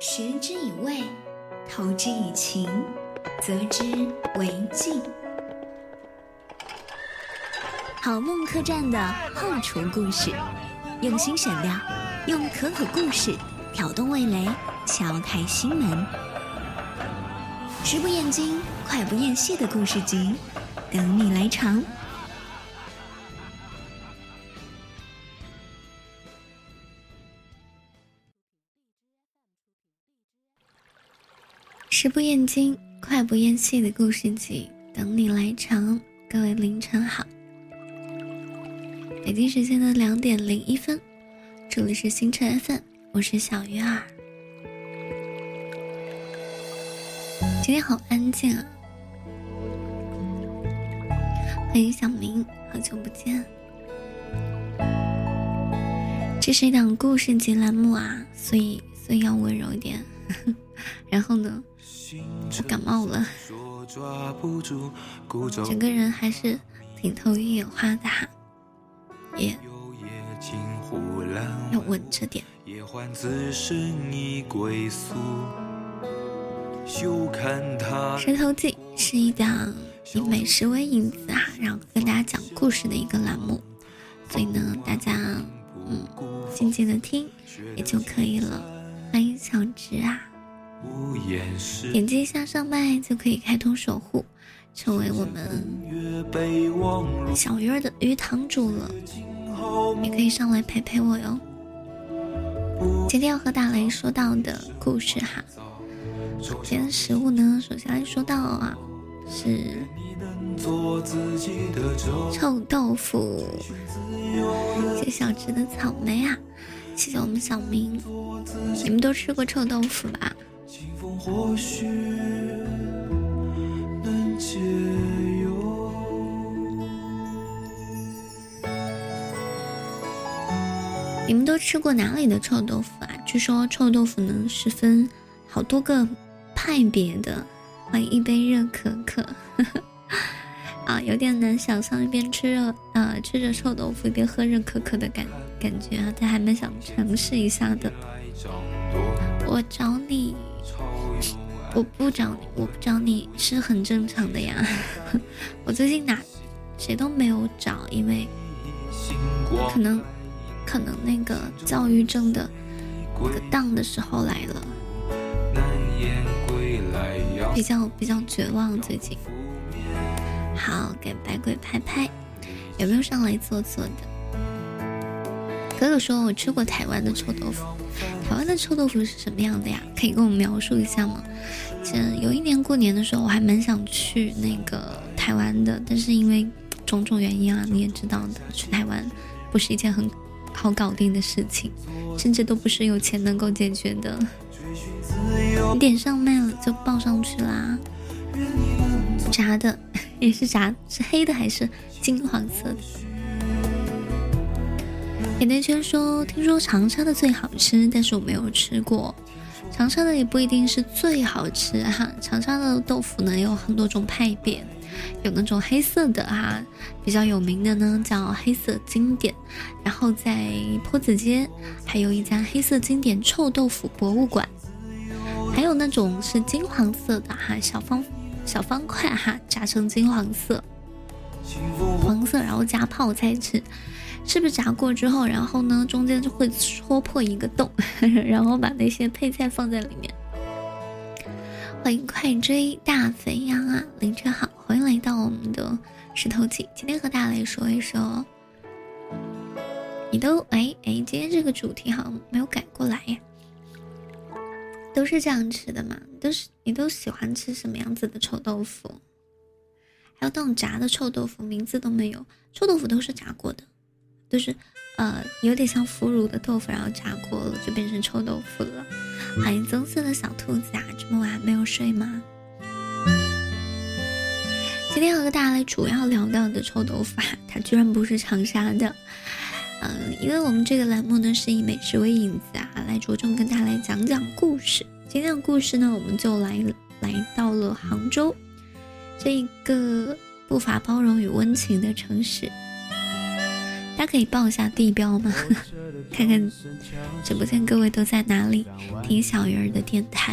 食之以味，投之以情，责之为敬。好梦客栈的后厨故事，用心选料，用可口故事挑动味蕾，敲开心门。食不厌精，快不厌细的故事集，等你来尝。食不厌精，快不厌细的故事集，等你来尝。各位凌晨好，北京时间的2点01分，这里是星辰 FM， 我是小鱼儿。今天好安静啊，欢迎小明，好久不见。这是一档故事集栏目啊，所以要温柔一点。然后呢，我感冒了，整个人还是挺头晕眼花的哈，也要稳着点。舌头记是一档以美食为引子啊，然后跟大家讲故事的一个栏目，所以呢，大家静静的听也就可以了。欢迎小直啊，点击一下上麦就可以开通守护，成为我们小鱼儿的鱼塘主了，也可以上来陪陪我哟。今天要和大雷说到的故事哈，今天的食物呢，首先来说到啊，是臭豆腐。谢谢小直的草莓啊，谢谢我们小明。你们都吃过臭豆腐吧？你们都吃过哪里的臭豆腐啊？据说臭豆腐呢是分好多个派别的。欢迎一杯热可可。啊，有点难想象一边吃着臭豆腐一边喝热可可的感觉啊，但还蛮想尝试一下的。我找你，我不找你是很正常的呀。我最近谁都没有找，因为可能那个躁郁症的那个档的时候来了，比较绝望最近。好，给白鬼拍拍，有没有上来坐坐的？哥哥说我吃过台湾的臭豆腐，台湾的臭豆腐是什么样的呀？可以跟我描述一下吗？有一年过年的时候，我还蛮想去那个台湾的，但是因为种种原因啊，你也知道的，去台湾不是一件很好搞定的事情，甚至都不是有钱能够解决的。你点上麦了就报上去啦。炸的也是炸，是黑的还是金黄色的？甜甜圈说听说长沙的最好吃，但是我没有吃过。长沙的也不一定是最好吃哈，长沙的豆腐呢有很多种派别，有那种黑色的哈，比较有名的呢叫黑色经典，然后在坡子街还有一家黑色经典臭豆腐博物馆，还有那种是金黄色的哈，小方块哈，炸成金黄色，然后加泡菜吃，是不是炸过之后，然后呢中间就会戳破一个洞，然后把那些配菜放在里面。欢迎快追大肥羊啊，凌晨好，欢迎来到我们的石头记。今天和大家来说一说，你都今天这个主题好像没有改过来呀。都是这样吃的吗？你都喜欢吃什么样子的臭豆腐？还有那种炸的臭豆腐，名字都没有。臭豆腐都是炸过的，都是有点像腐乳的豆腐，然后炸过了就变成臭豆腐了。欢迎棕色的小兔子啊，这么晚还没有睡吗？今天要和大家来主要聊到的臭豆腐它居然不是长沙的。因为我们这个栏目呢是以美食为引子啊，来着重跟大家来讲讲故事。今天的故事呢，我们就来到了杭州这一个不乏包容与温情的城市。 大家可以报一下地标吗？看看直播间各位都在哪里听小鱼儿的电台。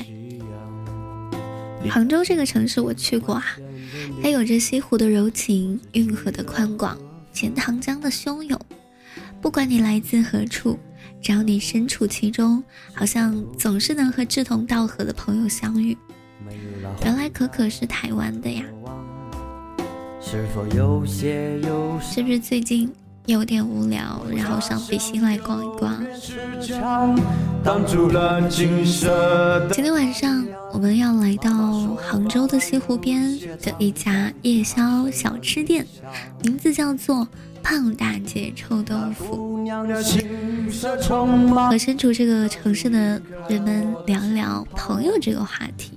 杭州这个城市我去过啊，它有着西湖的柔情，运河的宽广，钱塘江的汹涌。不管你来自何处，只要你身处其中，好像总是能和志同道合的朋友相遇。原来可可是台湾的呀，是不是最近有点无聊，然后上比心来逛一逛？今天晚上我们要来到杭州的西湖边的一家夜宵小吃店，名字叫做胖大姐臭豆腐。和身处这个城市的人们聊聊朋友这个话题。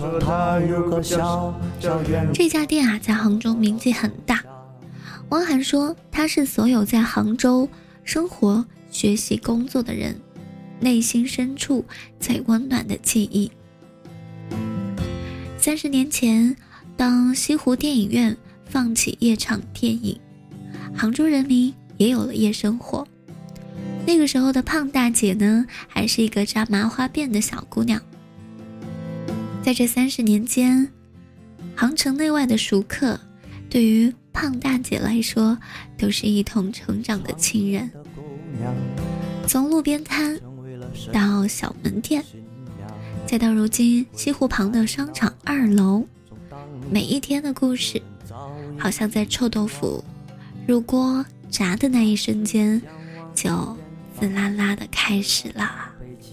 这家店啊，在杭州名气很大。汪涵说，它是所有在杭州生活、学习、工作的人内心深处最温暖的记忆。30年前，当西湖电影院放起夜场电影，杭州人民也有了夜生活。那个时候的胖大姐呢，还是一个扎麻花辫的小姑娘。在这30年间，杭城内外的熟客对于胖大姐来说都是一同成长的亲人。从路边摊到小门店，再到如今西湖旁的商场2楼，每一天的故事好像在臭豆腐入锅炸的那一瞬间就滋啦啦的开始了。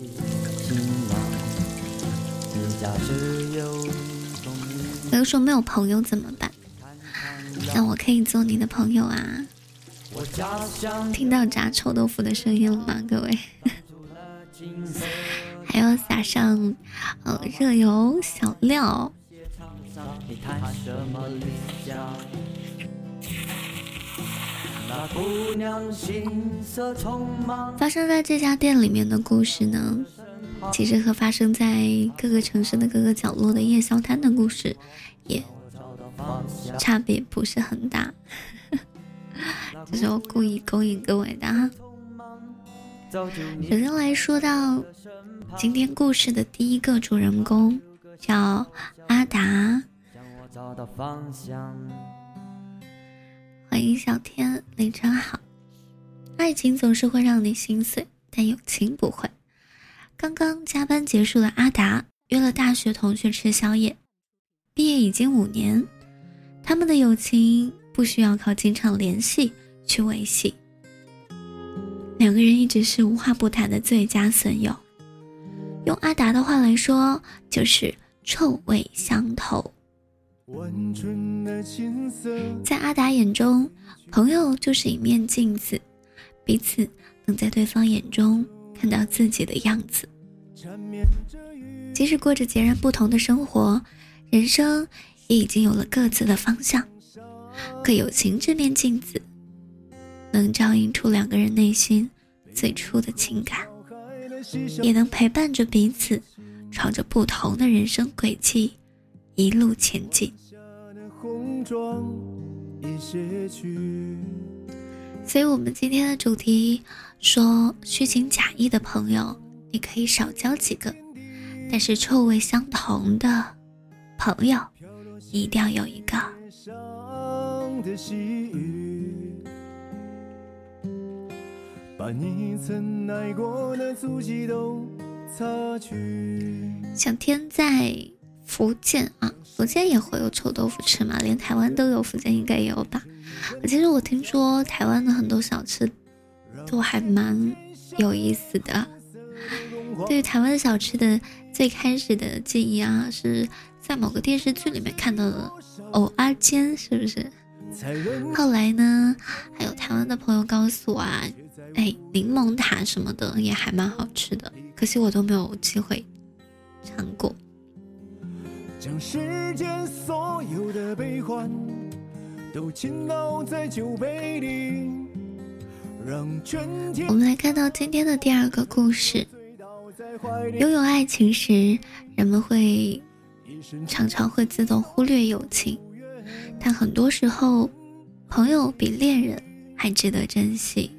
有人说没有朋友怎么办？那我可以做你的朋友啊。听到炸臭豆腐的声音了吗，各位？还要撒上热油小料。发生在这家店里面的故事呢，其实和发生在各个城市的各个角落的夜宵摊的故事也差别不是很大。这是我故意勾引各位的哈。首先来说到今天故事的第一个主人公，叫阿达。欢迎小天，凌晨好。爱情总是会让你心碎，但友情不会。刚刚加班结束的阿达约了大学同学吃宵夜，毕业已经5年，他们的友情不需要靠经常联系去维系。2个人一直是无话不谈的最佳损友，用阿达的话来说，就是臭味相投。在阿达眼中，朋友就是一面镜子，彼此能在对方眼中看到自己的样子。即使过着截然不同的生活，人生也已经有了各自的方向。可友情这面镜子，能照映出2个人内心最初的情感，也能陪伴着彼此，朝着不同的人生轨迹一路前进。所以我们今天的主题说，虚情假意的朋友你可以少交几个，但是臭味相同的朋友一定要有一个。把你曾爱过的足迹都擦去。小天在福建啊，福建也会有臭豆腐吃嘛，连台湾都有，福建应该也有吧。其实我听说台湾的很多小吃都还蛮有意思的。对于台湾小吃的最开始的记忆啊，是在某个电视剧里面看到的藕阿煎，是不是？后来呢，还有台湾的朋友告诉我啊，柠檬塔什么的也还蛮好吃的，可惜我都没有机会尝过。将世间所有的悲欢都倾倒在酒杯里，让全天。我们来看到今天的第2个故事。拥有爱情时，人们常常会自动忽略友情，但很多时候朋友比恋人还值得珍惜。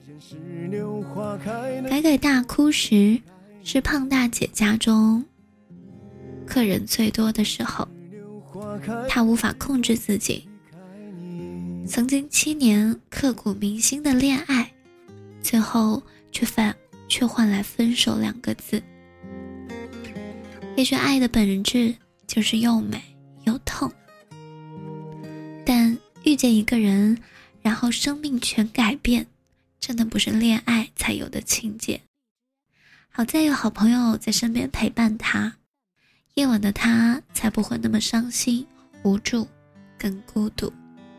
改大哭时是胖大姐家中客人最多的时候，她无法控制自己，曾经7年刻骨铭心的恋爱，最后却换来分手2个字。也许爱的本质就是又美又痛，但遇见一个人，然后生命全改变，真的不是恋爱才有的情节。好在有好朋友在身边陪伴他，夜晚的他才不会那么伤心、无助、更孤独。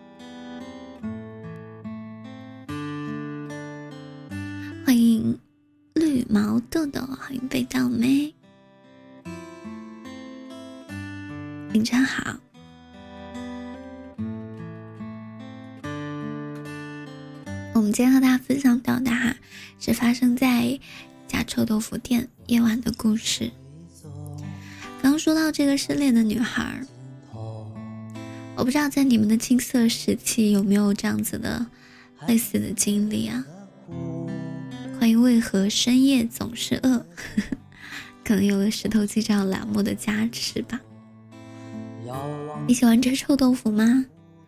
欢迎绿毛豆豆，欢迎被倒霉，凌晨好。我们今天和大家分享到的是发生在一家臭豆腐店夜晚的故事。刚刚说到这个失恋的女孩，我不知道在你们的青涩时期有没有这样子的类似的经历啊？欢迎为何深夜总是饿可能有了石头记这样栏目的加持吧。你喜欢吃臭豆腐吗？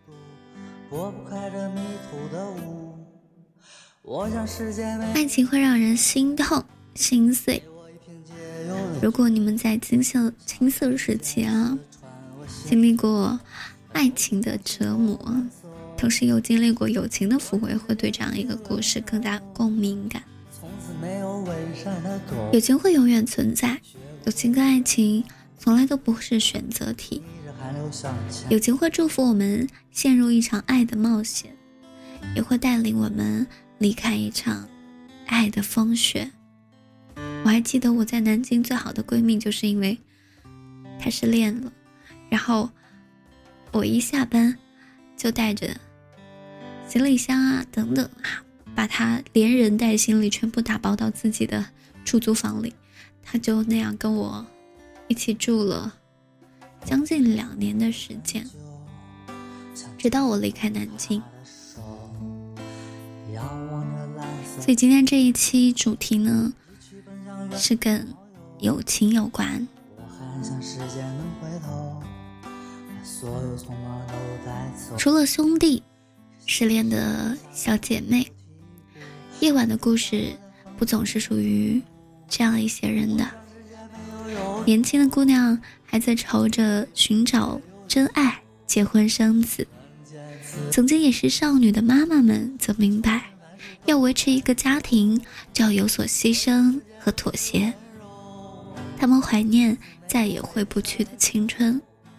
爱情会让人心痛心碎，如果你们在青涩时期经历过爱情的折磨，同时又经历过友情的抚慰，会对这样一个故事更大共鸣感。友情会永远存在，友情跟爱情从来都不是选择题。友情会祝福我们陷入一场爱的冒险，也会带领我们离开一场爱的风雪。我还记得我在南京最好的闺蜜，就是因为她失恋了，然后我一下班就带着行李箱等等把她连人带行李全部打包到自己的出租房里，她就那样跟我一起住了将近2年的时间，直到我离开南京。所以今天这一期主题呢，是跟友情有关。除了兄弟，失恋的小姐妹，夜晚的故事不总是属于这样一些人的。年轻的姑娘还在朝着寻找真爱结婚生子，曾经也是少女的妈妈们则明白，要维持一个家庭就要有所牺牲和妥协。他们怀念再也回不去的青春。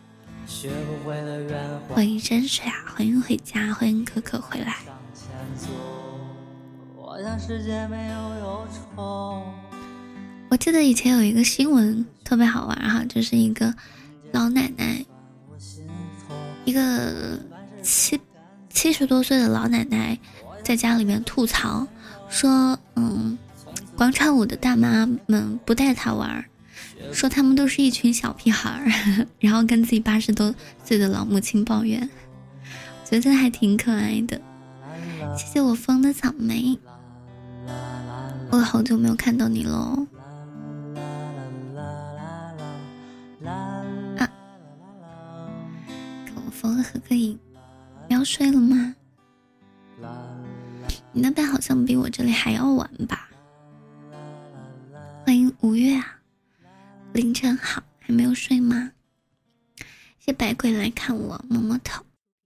欢迎山水欢迎回家，欢迎可可回来。我记得以前有一个新闻特别好玩就是一个老奶奶，一个70多岁的老奶奶在家里面吐槽说广场舞的大妈们不带她玩，说他们都是一群小屁孩，然后跟自己80多岁的老母亲抱怨。我觉得还挺可爱的。谢谢我风的草莓，我好久没有看到你了跟我风合个影。你要睡了吗？你那边好像比我这里还要晚吧。欢迎5月凌晨好，还没有睡吗？谢白鬼来看我，摸摸头。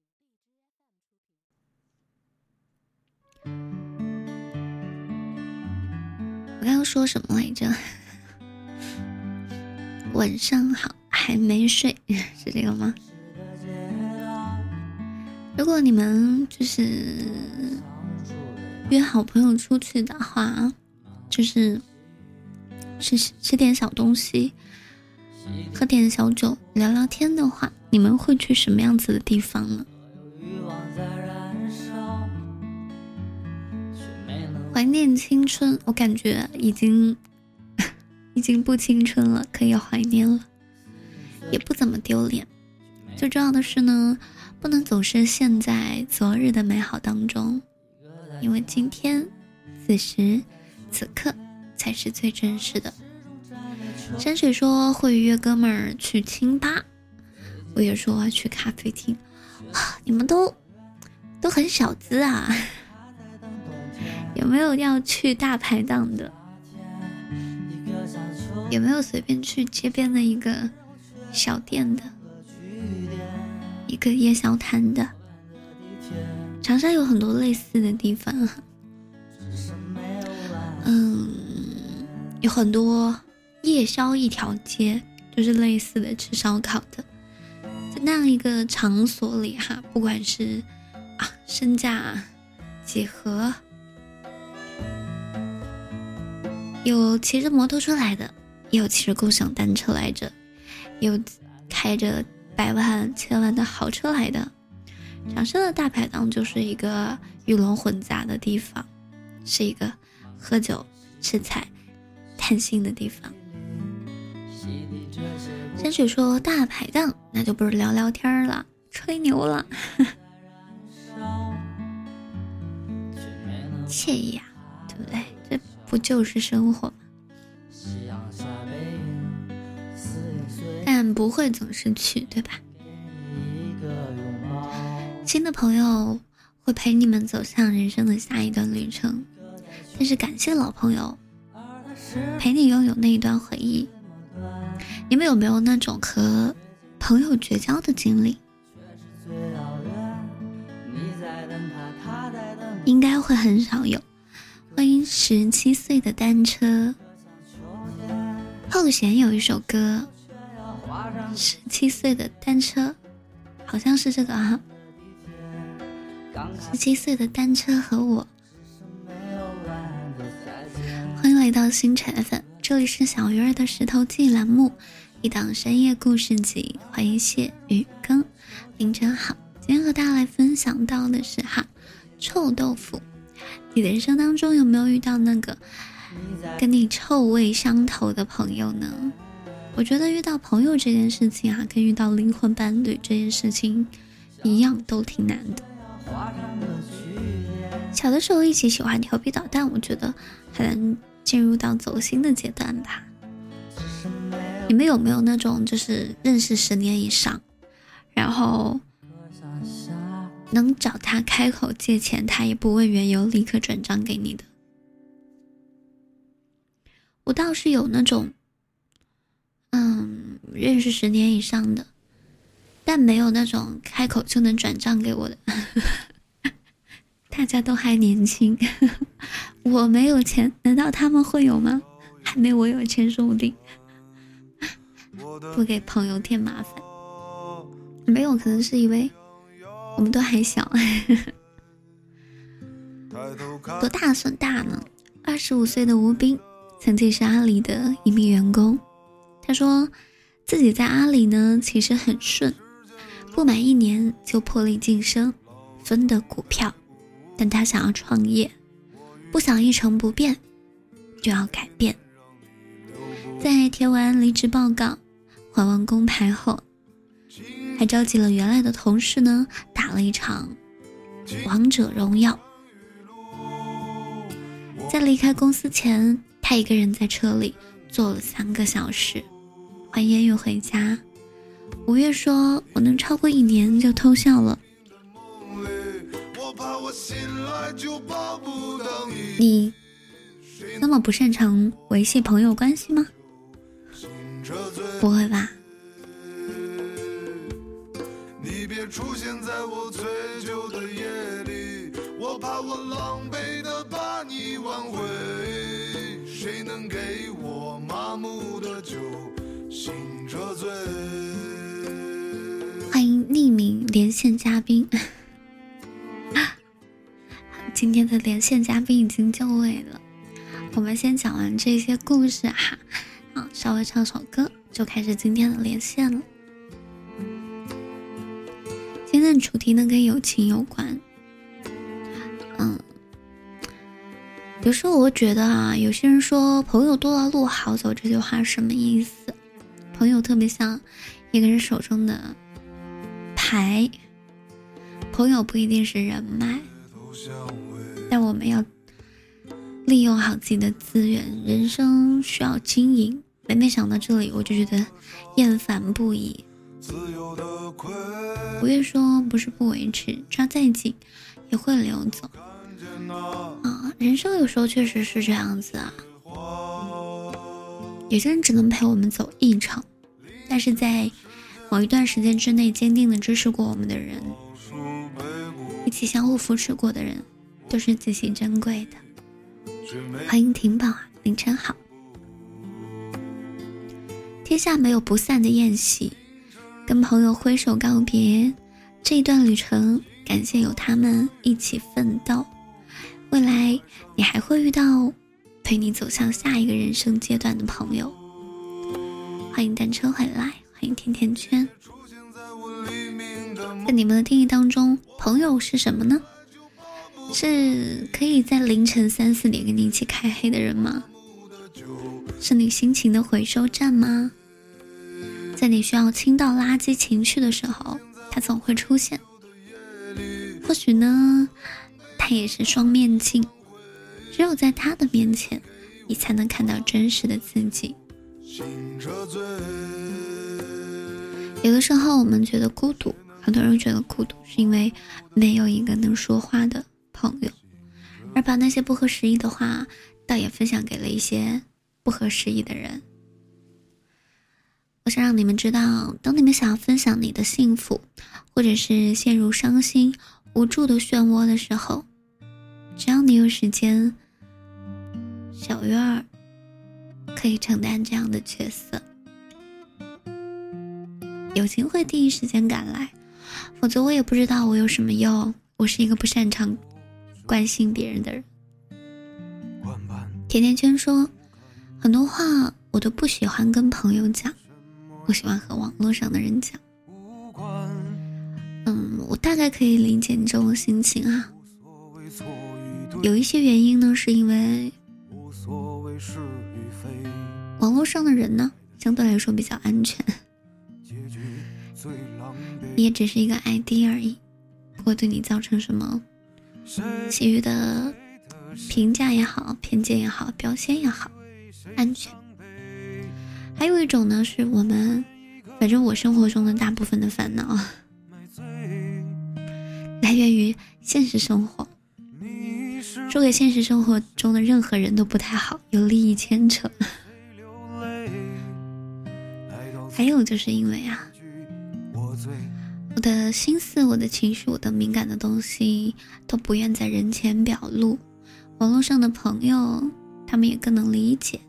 我刚刚说什么来着？晚上好，还没睡，是这个吗？如果你们就是约好朋友出去的话，就是吃点小东西，喝点小酒，聊聊天的话，你们会去什么样子的地方呢？怀念青春，我感觉已经不青春了，可以怀念了，也不怎么丢脸。最重要的是呢，不能总是陷在昨日的美好当中。 因为今天此时此刻才是最真实的。山水说会约哥们儿去清吧，我也说去咖啡厅。你们都很小资啊，有没有要去大排档的？有没有随便去街边的一个小店的，一个夜宵摊的？长沙有很多类似的地方，有很多夜宵一条街，就是类似的吃烧烤的。在那样一个场所里哈，不管是身价几何，有骑着摩托车来的，也有骑着共享单车来着，有开着百万千万的豪车来的。长沙的大排档就是一个鱼龙混杂的地方，是一个喝酒吃菜谈心的地方。山水说大排档那就不是聊聊天了，吹牛了。惬意啊，对不对？这不就是生活吗？但不会总是去，对吧？新的朋友会陪你们走向人生的下一段旅程，但是感谢老朋友陪你拥有那一段回忆。你们有没有那种和朋友绝交的经历？应该会很少有。欢迎17岁的单车。后弦有一首歌17岁的单车，好像是这个啊。17岁的单车和我。欢迎来到星辰 FM， 这里是小鱼儿的石头记栏目，一档深夜故事集。欢迎谢雨更，您真好。今天和大家来分享到的是臭豆腐。你的人生当中有没有遇到那个跟你臭味相投的朋友呢？我觉得遇到朋友这件事情跟遇到灵魂伴侣这件事情一样，都挺难的。小的时候一起喜欢调皮捣蛋，我觉得很难进入到走心的阶段吧。你们有没有那种就是认识10年以上，然后能找他开口借钱，他也不问缘由立刻转账给你的？我倒是有那种认识10年以上的，但没有那种开口就能转账给我的。大家都还年轻，我没有钱，难道他们会有吗？还没我有钱说不定。不给朋友添麻烦。没有，可能是因为我们都还小。多大算大呢？25岁的吴斌曾经是阿里的一名员工，他说自己在阿里呢其实很顺，不满1年就破例晋升，分的股票，但他想要创业，不想一成不变，就要改变。在填完离职报告，还完工牌后，还召集了原来的同事呢，打了一场王者荣耀。在离开公司前，他一个人在车里坐了3个小时，还烟雨回家。5月说我能超过1年就偷笑了。你那么不擅长维系朋友关系吗？不会吧？你别出现在我醉酒的夜里，我怕我狼狈的把你挽回，谁能给我麻木的酒醒着醉。欢迎匿名连线嘉宾。今天的连线嘉宾已经就位了，我们先讲完这些故事稍微唱首歌就开始今天的连线了。今天的主题呢跟友情有关。有时候我觉得有些人说朋友多了路好走，这句话什么意思？朋友特别像一个人手中的牌，朋友不一定是人脉。 但我们要利用好自己的资源，人生需要经营。每每想到这里，我就觉得厌烦不已。我越说不是不维持，抓再紧也会流走人生有时候确实是这样子啊。有些人只能陪我们走一程，但是在某一段时间之内坚定的支持过我们的人，一起相互扶持过的人，都是极其珍贵的。欢迎婷宝啊，凌晨好。天下没有不散的宴席，跟朋友挥手告别，这一段旅程感谢有他们一起奋斗，未来你还会遇到陪你走向下一个人生阶段的朋友。欢迎单车回来，欢迎甜甜圈。在你们的定义当中，朋友是什么呢？是可以在凌晨3、4点跟你一起开黑的人吗？是你心情的回收站吗？在你需要倾倒垃圾情绪的时候，他总会出现。或许呢，他也是双面镜，只有在他的面前，你才能看到真实的自己。有的时候我们觉得孤独，很多人觉得孤独是因为没有一个能说话的朋友，而把那些不合时宜的话倒也分享给了一些不合时宜的人。我想让你们知道，当你们想要分享你的幸福，或者是陷入伤心无助的漩涡的时候，只要你有时间，小鱼儿可以承担这样的角色。友情会第一时间赶来，否则我也不知道我有什么用。我是一个不擅长关心别人的人。甜甜圈说，很多话我都不喜欢跟朋友讲，我喜欢和网络上的人讲。我大概可以理解你这种心情啊。有一些原因呢，是因为网络上的人呢，相对来说比较安全，你也只是一个 ID 而已，不会对你造成什么其余的评价也好，偏见也好，表现也好，安全。还有一种呢，是反正我生活中的大部分的烦恼来源于现实生活，说给现实生活中的任何人都不太好，有利益牵扯。还有就是因为我的心思，我的情绪，我的敏感的东西都不愿在人前表露，网络上的朋友他们也更能理解。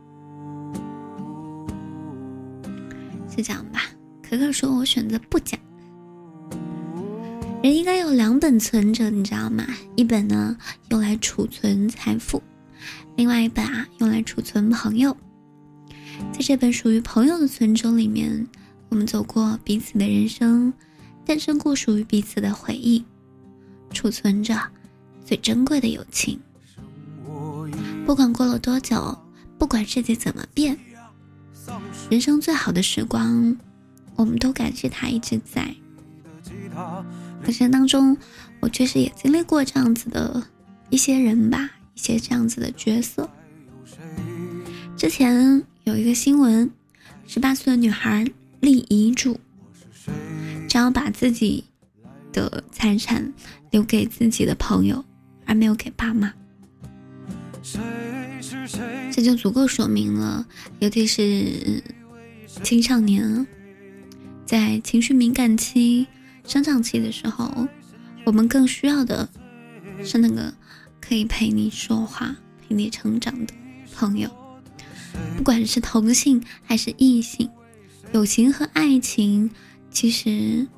是这样吧？可可说我选择不讲。人应该有2本存折，你知道吗？一本呢用来储存财富，另外一本用来储存朋友。在这本属于朋友的存折里面，我们走过彼此的人生，诞生过属于彼此的回忆，储存着最珍贵的友情。不管过了多久，不管世界怎么变，人生最好的时光，我们都感谢它一直在。人生当中，我确实也经历过这样子的一些人吧，一些这样子的角色。之前有一个新闻，18岁的女孩立遗嘱，想要把自己的财产留给自己的朋友，而没有给爸妈。这就足够说明了，尤其是青少年在情绪敏感期、生长期的时候，我们更需要的是那个可以陪你说话、陪你成长的朋友。不管是同性还是异性，友情和爱情其实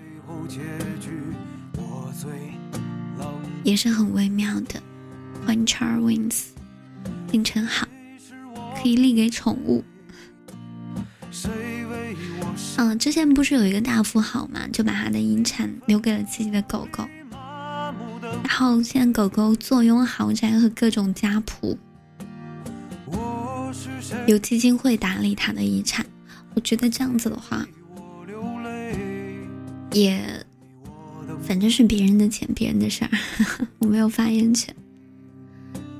也是很微妙的。欢迎 Charwins， 凌晨好，可以立给宠物。之前不是有一个大富豪嘛，就把他的遗产留给了自己的狗狗，然后现在狗狗坐拥豪宅和各种家谱，有基金会打理他的遗产。我觉得这样子的话，也反正是别人的钱，别人的事儿，我没有发言权。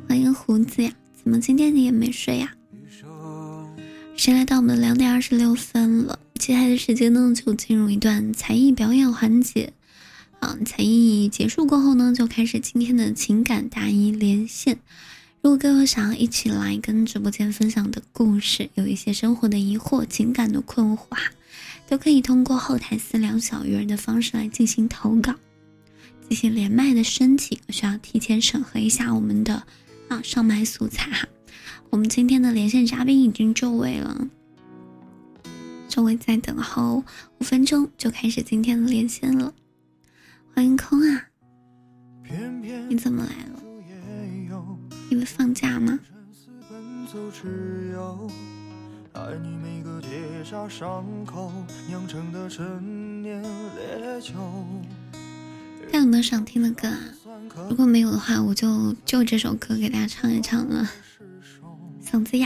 欢迎胡子呀，怎么今天你也没睡呀？时间来到我们的2点26分了，接下来的时间呢，就进入一段才艺表演环节。才艺结束过后呢，就开始今天的情感答疑连线。如果各位想要一起来跟直播间分享的故事，有一些生活的疑惑、情感的困惑，都可以通过后台私聊小鱼儿的方式来进行投稿。进行连麦的申请需要提前审核一下我们的上麦素材哈。我们今天的连线嘉宾已经就位了，就位在等候5分钟就开始今天的连线了。欢迎空啊，你怎么来了？因为放假吗？爱你每个结痂伤口酿成的陈年烈酒。看有没有想听的歌啊？如果没有的话，我就这首歌给大家唱一唱了。嗓子哑。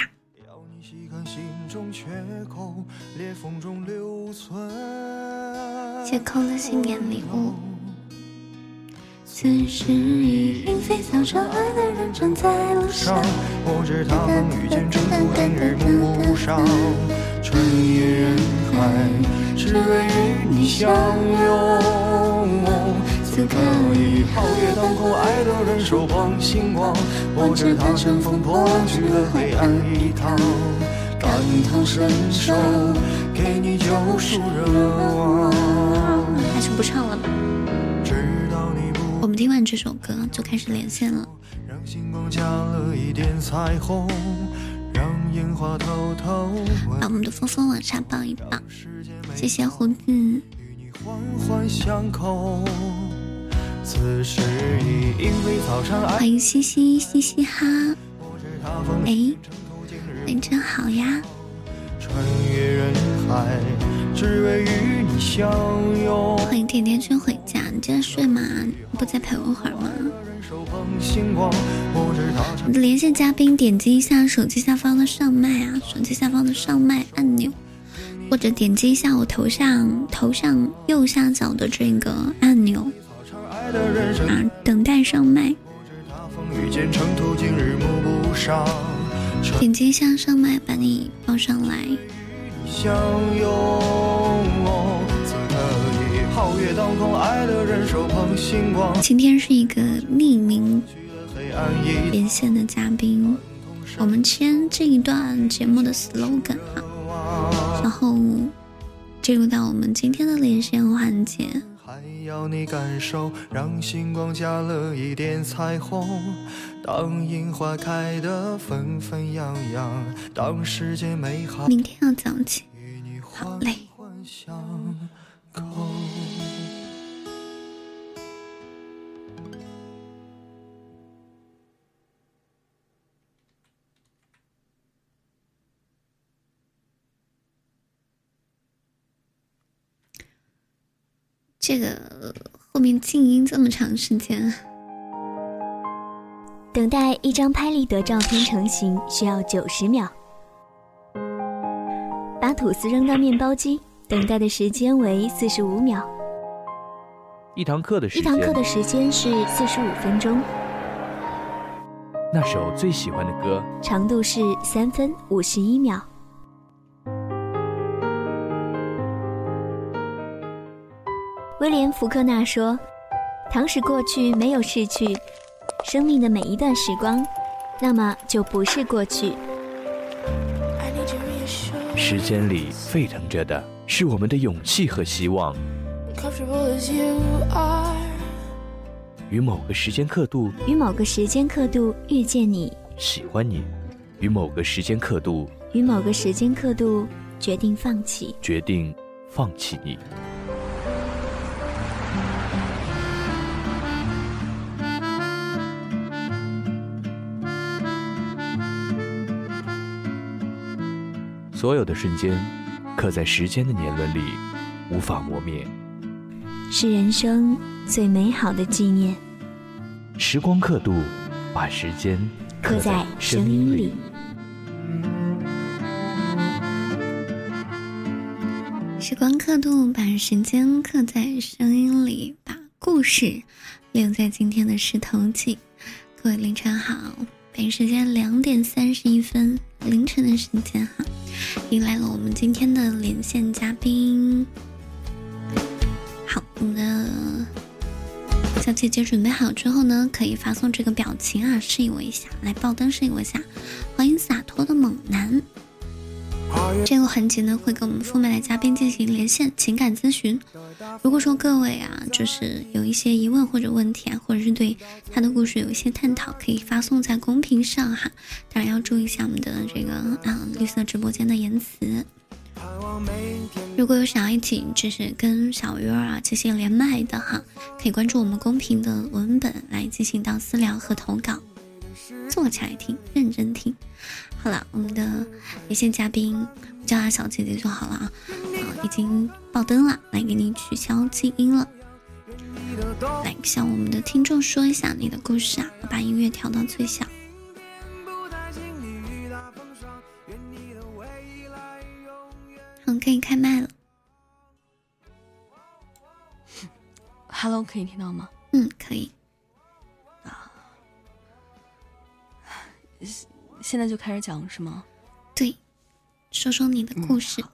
谢扣的新年礼物。此时已莺飞草长，爱的人正在路上。我知他们遇见尘土今日暮上，穿越人海，只为与你相拥。此刻已皓月当空，爱的人手捧星光。我知他乘风破浪去了黑暗一趟，感同身受，给你救赎热望。还是不唱了吧。我们听完这首歌就开始连线了。让星光加了一点彩虹，让烟花偷偷把我们的峰峰往下抱一抱。谢谢胡子。环环相扣，此时已莺飞草长。欢迎西西嘻嘻哈。你真好呀。穿越人海，只为与你相拥。欢迎甜甜圈回家，你今天睡吗？你不再陪我会儿吗？我的连线嘉宾点击一下手机下方的上麦手机下方的上麦按钮，或者点击一下我头上右下角的这个按钮等待上麦。点击一下上麦，把你报上来。相拥，此刻已皓月当空，爱的人手捧星光。今天是一个匿名连线的嘉宾，我们签这一段节目的 slogan 然后进入到我们今天的连线环节。还要你感受，让星光加了一点彩虹，当樱花开得纷纷扬扬，当世界美好。明天要早起，好累。这个后面静音这么长时间， 等待一张拍立得照片成型需要90秒。把吐司扔到面包机，等待的时间为45秒。 一堂课的时间是45分钟。 那首最喜欢的歌， 长度是3分51秒。威廉·福克纳说，倘使过去没有逝去，生命的每一段时光，那么就不是过去。 时间里沸腾着的是我们的勇气和希望。与某个时间刻度遇见你， 喜欢你；与某个时间刻度决定放弃你。所有的瞬间刻在时间的年轮里，无法磨灭， 是人生最美好的纪念。 时光刻度，把时间刻在声音里。 时光刻度，把时间刻在声音里，把故事留在今天的石头记。各位凌晨好， 北京时间2点31分，凌晨的时间哈，迎来了我们今天的连线嘉宾。好，我们的小姐姐准备好之后呢，可以发送这个表情啊，示意我一下，来爆灯示意我一下。欢迎洒脱的猛男，这个环节呢会跟我们赴麦的嘉宾进行连线情感咨询。如果说各位啊，就是有一些疑问或者问题啊，或者是对他的故事有一些探讨，可以发送在公屏上哈。当然要注意一下我们的这个绿色直播间的言辞。如果有想要一起就是跟小鱼儿啊进行连麦的哈，可以关注我们公屏的文本来进行到私聊和投稿，坐起来听，认真听。好了，我们的连线嘉宾叫她小姐姐就好了啊，已经爆灯了，来给你取消静音了。来向我们的听众说一下你的故事啊，我把音乐调到最小。可以开麦了。 Hello， 可以听到吗？ 可以。 现在就开始讲是吗？ 对，说说你的故事。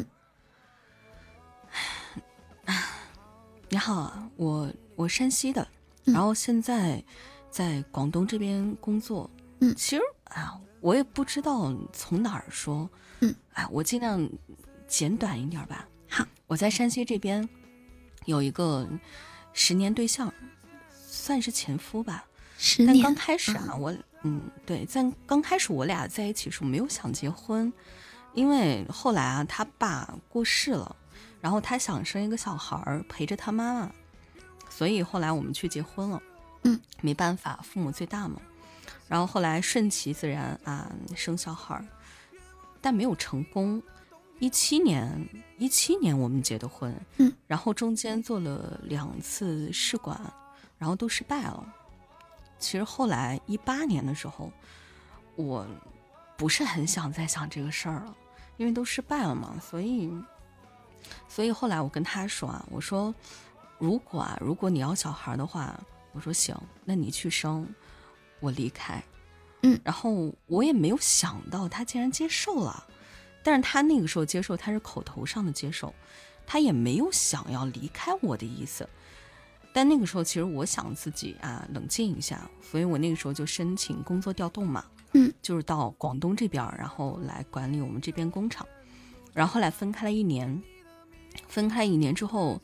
你好啊，我山西的，然后现在在广东这边工作。其实我也不知道从哪儿说。我尽量简短一点吧。 好， 我在山西这边有一个10年对象，算是前夫吧。 10年。 但刚开始对，在刚开始我俩在一起时候没有想结婚，因为后来他爸过世了，然后他想生一个小孩陪着他妈妈，所以后来我们去结婚了。没办法，父母最大嘛。然后后来顺其自然生小孩，但没有成功。17年我们结的婚，然后中间做了2次试管，然后都失败了。其实后来18年的时候，我不是很想再想这个事儿了，因为都失败了嘛。所以后来我跟他说我说如果你要小孩的话，我说行，那你去生，我离开。然后我也没有想到他竟然接受了。但是他那个时候接受，他是口头上的接受，他也没有想要离开我的意思。但那个时候其实我想自己冷静一下，所以我那个时候就申请工作调动嘛，就是到广东这边，然后来管理我们这边工厂。然后后来分开了1年，之后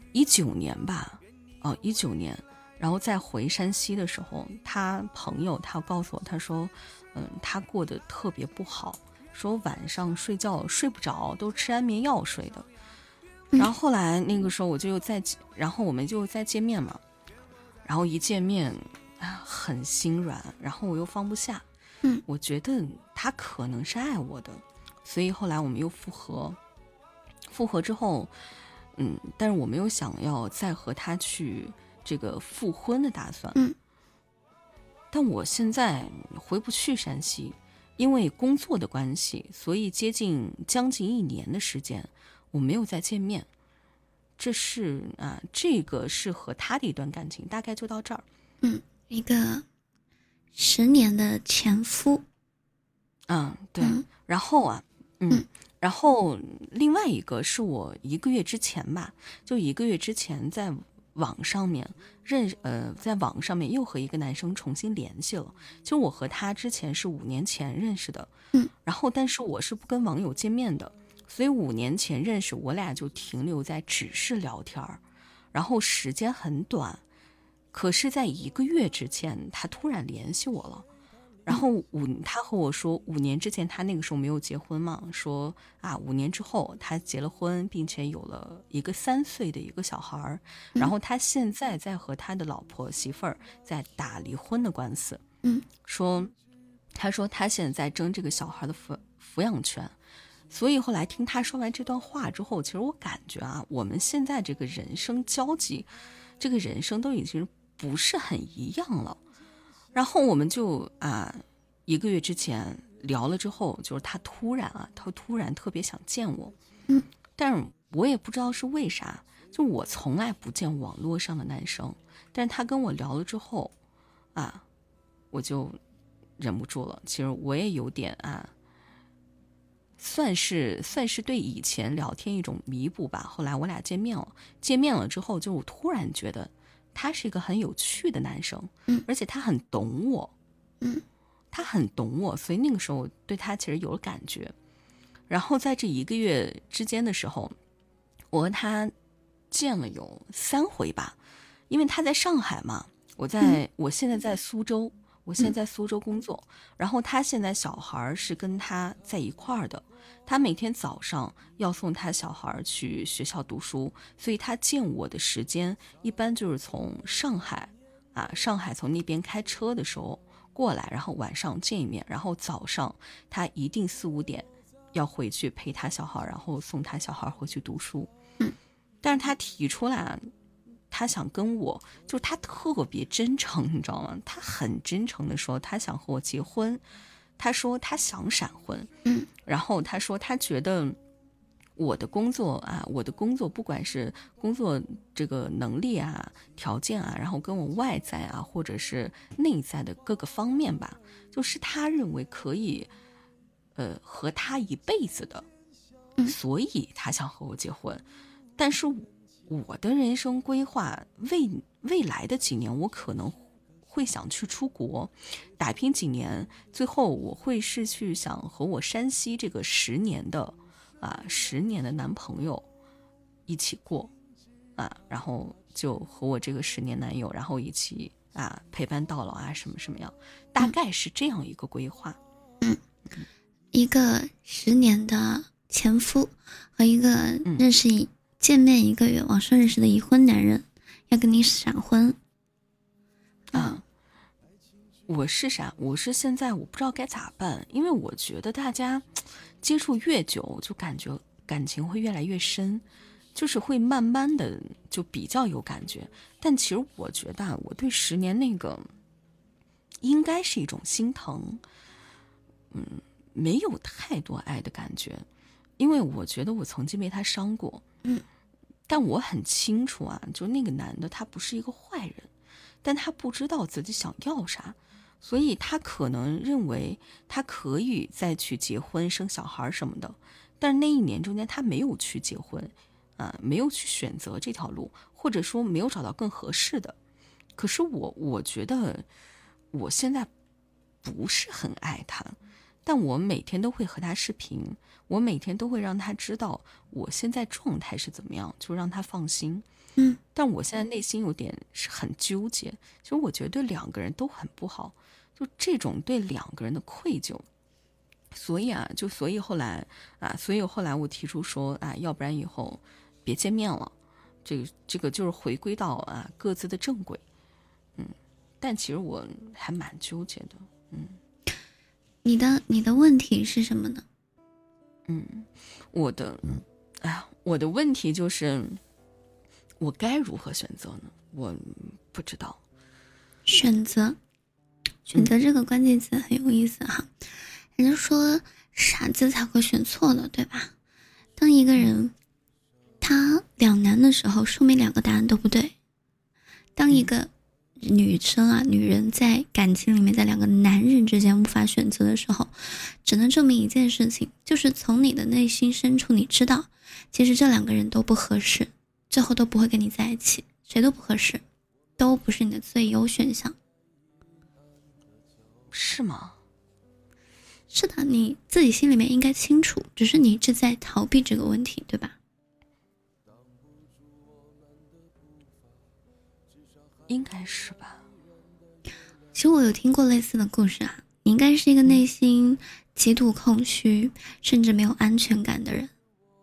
19年吧，19年，然后再回山西的时候，他朋友他告诉我，他说他过得特别不好，说晚上睡觉睡不着，都吃安眠药睡的。然后后来那个时候然后我们就再见面嘛，然后一见面很心软，然后我又放不下。我觉得他可能是爱我的，所以后来我们又复合之后，但是我没有想要再和他去这个复婚的打算。但我现在回不去山西，因为工作的关系，所以将近1年的时间我没有再见面。这个是和他的一段感情，大概就到这儿。 一个10年的前夫。 对。然后然后另外一个是我1个月之前吧，就1个月之前在网上面又和一个男生重新联系了。就我和他之前是5年前认识的，然后但是我是不跟网友见面的，所以5年前认识，我俩就停留在只是聊天，然后时间很短。可是在1个月之前他突然联系我了，然后他和我说5年之前他那个时候没有结婚嘛，说5年之后他结了婚，并且有了一个3岁的一个小孩，然后他现在在和他的老婆媳妇儿在打离婚的官司。他说他现在在争这个小孩的抚养权。所以后来听他说完这段话之后，其实我感觉我们现在这个人生交集，这个人生都已经不是很一样了。然后我们就1个月之前聊了之后，就是他突然特别想见我。但是我也不知道是为啥，就我从来不见网络上的男生，但是他跟我聊了之后我就忍不住了。其实我也有点算是对以前聊天一种弥补吧。后来我俩见面了之后，就我突然觉得他是一个很有趣的男生，而且他很懂我，他很懂我，所以那个时候我对他其实有了感觉。然后在这1个月之间的时候，我和他见了有3回吧，因为他在上海嘛，我现在在苏州。我现在在苏州工作，然后他现在小孩是跟他在一块儿的，他每天早上要送他小孩去学校读书，所以他见我的时间一般就是从上海从那边开车的时候过来，然后晚上见一面，然后早上他一定4、5点要回去陪他小孩，然后送他小孩回去读书。但是他提出来他想跟我，就是他特别真诚，你知道吗？他很真诚的说他想和我结婚，他说他想闪婚，然后他说他觉得我的工作不管是工作这个能力条件然后跟我外在或者是内在的各个方面吧，就是他认为可以和他一辈子的，所以他想和我结婚。但是我的人生规划未来的几年，我可能会想去出国打拼几年，最后我会是去想和我山西这个10年的男朋友一起过然后就和我这个10年男友，然后一起陪伴到老什么什么样，大概是这样一个规划。 一个10年的前夫和一个见面1个月网上认识的已婚男人要跟你闪婚。 我是现在我不知道该咋办，因为我觉得大家接触越久，就感觉感情会越来越深，就是会慢慢的就比较有感觉。但其实我觉得我对10年那个应该是一种心疼，没有太多爱的感觉，因为我觉得我曾经被他伤过，但我很清楚就那个男的他不是一个坏人，但他不知道自己想要啥，所以他可能认为他可以再去结婚生小孩什么的，但是那1年中间他没有去结婚没有去选择这条路，或者说没有找到更合适的。可是我觉得我现在不是很爱他，但我每天都会和他视频，我每天都会让他知道我现在状态是怎么样，就让他放心。但我现在内心有点是很纠结，其实我觉得对2个人都很不好，就这种对2个人的愧疚。所以后来我提出说要不然以后别见面了，这个就是回归到各自的正轨。但其实我还蛮纠结的。 你的问题是什么呢？ 我的问题就是我该如何选择呢？我不知道。 选择这个关键词很有意思哈。人家说傻子才会选错的，对吧？当一个人他两难的时候，说明2个答案都不对。当一个女人在感情里面，在2个男人之间无法选择的时候，只能证明一件事情，就是从你的内心深处你知道，其实这2个人都不合适，最后都不会跟你在一起，谁都不合适，都不是你的最优选项。 是吗？ 是的，你自己心里面应该清楚，只是你一直在逃避这个问题，对吧？ 应该是吧。 其实我有听过类似的故事你应该是一个内心极度空虚甚至没有安全感的人。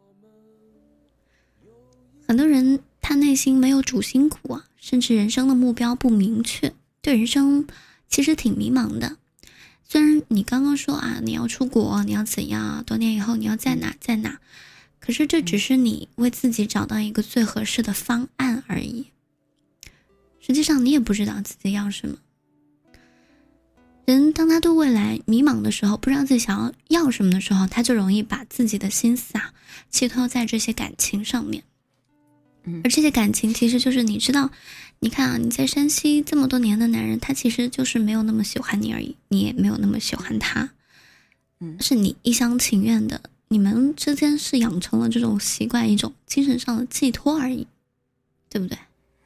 很多人他内心没有主心骨甚至人生的目标不明确，对人生其实挺迷茫的。虽然你刚刚说你要出国，你要怎样，多年以后你要在哪，可是这只是你为自己找到一个最合适的方案而已。实际上你也不知道自己要什么。人当他对未来迷茫的时候，不知道自己想要什么的时候，他就容易把自己的心思寄托在这些感情上面。而这些感情其实就是你知道你看啊，你在山西这么多年的男人，他其实就是没有那么喜欢你而已，你也没有那么喜欢他，是你一厢情愿的，你们之间是养成了这种习惯，一种精神上的寄托而已，对不对？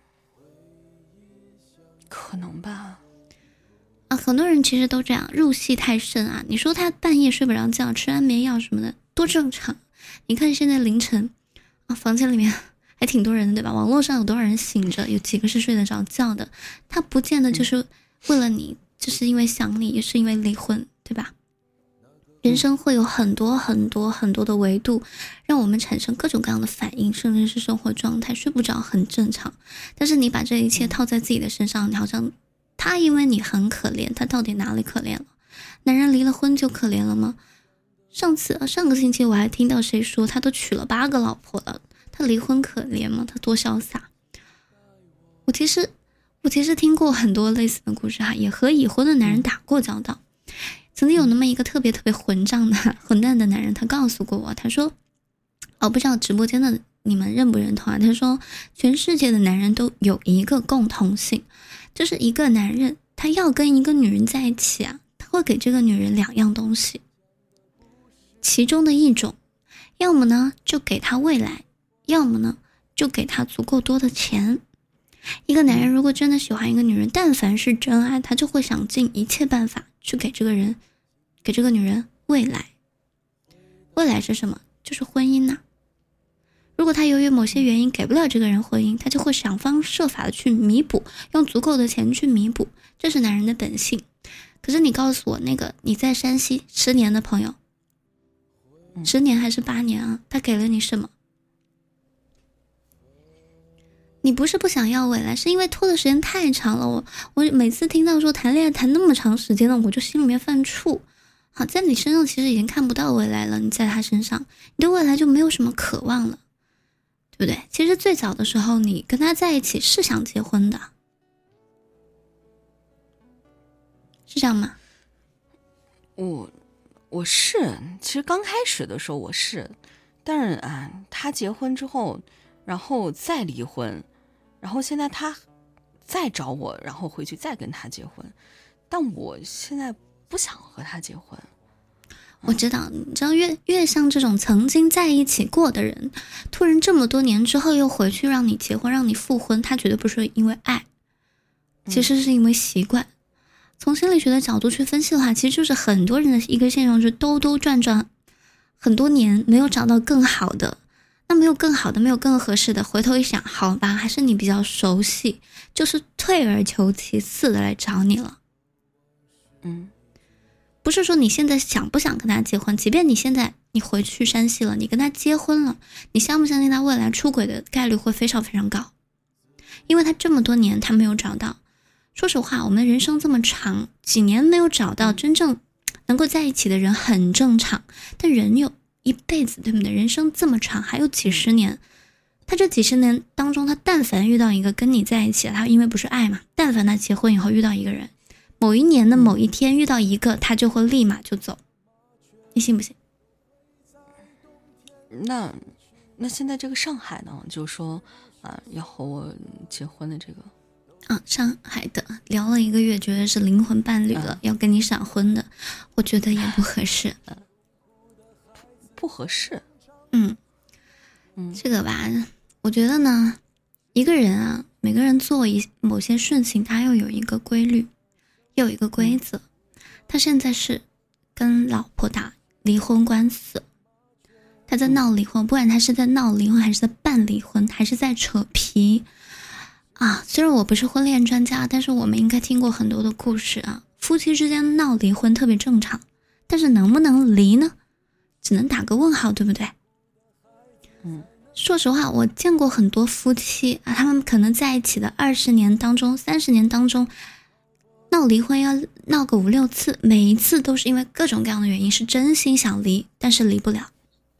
可能吧。 啊，很多人其实都这样，入戏太深啊。你说他半夜睡不着觉，吃安眠药什么的，多正常。你看现在凌晨啊，房间里面还挺多人的，对吧？网络上有多少人醒着，有几个是睡得着觉的？他不见得就是为了你，就是因为想你，也是因为离婚，对吧？人生会有很多很多很多的维度，让我们产生各种各样的反应，甚至是生活状态。睡不着很正常，但是你把这一切套在自己的身上，你好像他因为你很可怜，他到底哪里可怜了？男人离了婚就可怜了吗？上个星期我还听到谁说他都娶了8个老婆了，他离婚可怜吗？他多潇洒。我其实听过很多类似的故事哈，也和已婚的男人打过交道。曾经有那么一个特别特别混蛋的男人，他告诉过我，他说不知道直播间的你们认不认同啊？他说全世界的男人都有一个共同性，就是一个男人他要跟一个女人在一起啊，他会给这个女人2样东西，其中的一种要么呢就给她未来，要么呢就给她足够多的钱。一个男人如果真的喜欢一个女人，但凡是真爱，他就会想尽一切办法去给这个女人未来。未来是什么？就是婚姻呐。如果他由于某些原因给不了这个人婚姻，他就会想方设法的去弥补，用足够的钱去弥补，这是男人的本性。可是你告诉我，那个你在山西10年的朋友，10年还是8年啊？他给了你什么？你不是不想要未来，是因为拖的时间太长了。我每次听到说谈恋爱谈那么长时间了，我就心里面犯怵。好，在你身上其实已经看不到未来了，你在他身上，你对未来就没有什么渴望了，对不对？其实最早的时候，你跟他在一起是想结婚的，是这样吗？ 我是，其实刚开始的时候我是，但是他结婚之后，然后再离婚，然后现在他再找我，然后回去再跟他结婚，但我现在不想和他结婚。 我知道，你知道越像这种曾经在一起过的人，突然这么多年之后又回去让你结婚，让你复婚，他绝对不是因为爱，其实是因为习惯。从心理学的角度去分析的话，其实就是很多人的一个现象，是兜兜转转很多年没有找到更好的，那没有更好的，没有更合适的，回头一想，好吧，还是你比较熟悉，就是退而求其次的来找你了。不是说你现在想不想跟他结婚，即便你现在你回去山西了，你跟他结婚了，你相不相信他未来出轨的概率会非常非常高？因为他这么多年他没有找到。说实话，我们人生这么长，几年没有找到真正能够在一起的人很正常，但人有一辈子，对不对？人生这么长，还有几十年，他这几十年当中，他但凡遇到一个跟你在一起，他因为不是爱嘛，但凡他结婚以后遇到一个人，某一年的某一天遇到一个，他就会立马就走，你信不信？ 那现在这个上海呢，就说要和我结婚的这个上海的聊了1个月，觉得是灵魂伴侣了，要跟你闪婚的，我觉得也不合适。 不合适。 这个吧，我觉得呢，一个人啊，每个人做某些事情，他要有一个规律，有一个规则。他现在是跟老婆打离婚官司，他在闹离婚，不管他是在闹离婚，还是在办离婚，还是在扯皮啊。虽然我不是婚恋专家，但是我们应该听过很多的故事啊。夫妻之间闹离婚特别正常，但是能不能离呢？只能打个问号，对不对？说实话，我见过很多夫妻啊，他们可能在一起的20年当中、30年当中，闹离婚要闹个5、6次，每一次都是因为各种各样的原因，是真心想离，但是离不了。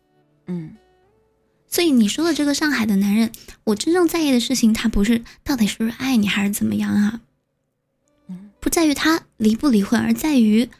所以你说的这个上海的男人，我真正在意的事情，他不是到底是不是爱你还是怎么样啊？不在于他离不离婚，而在于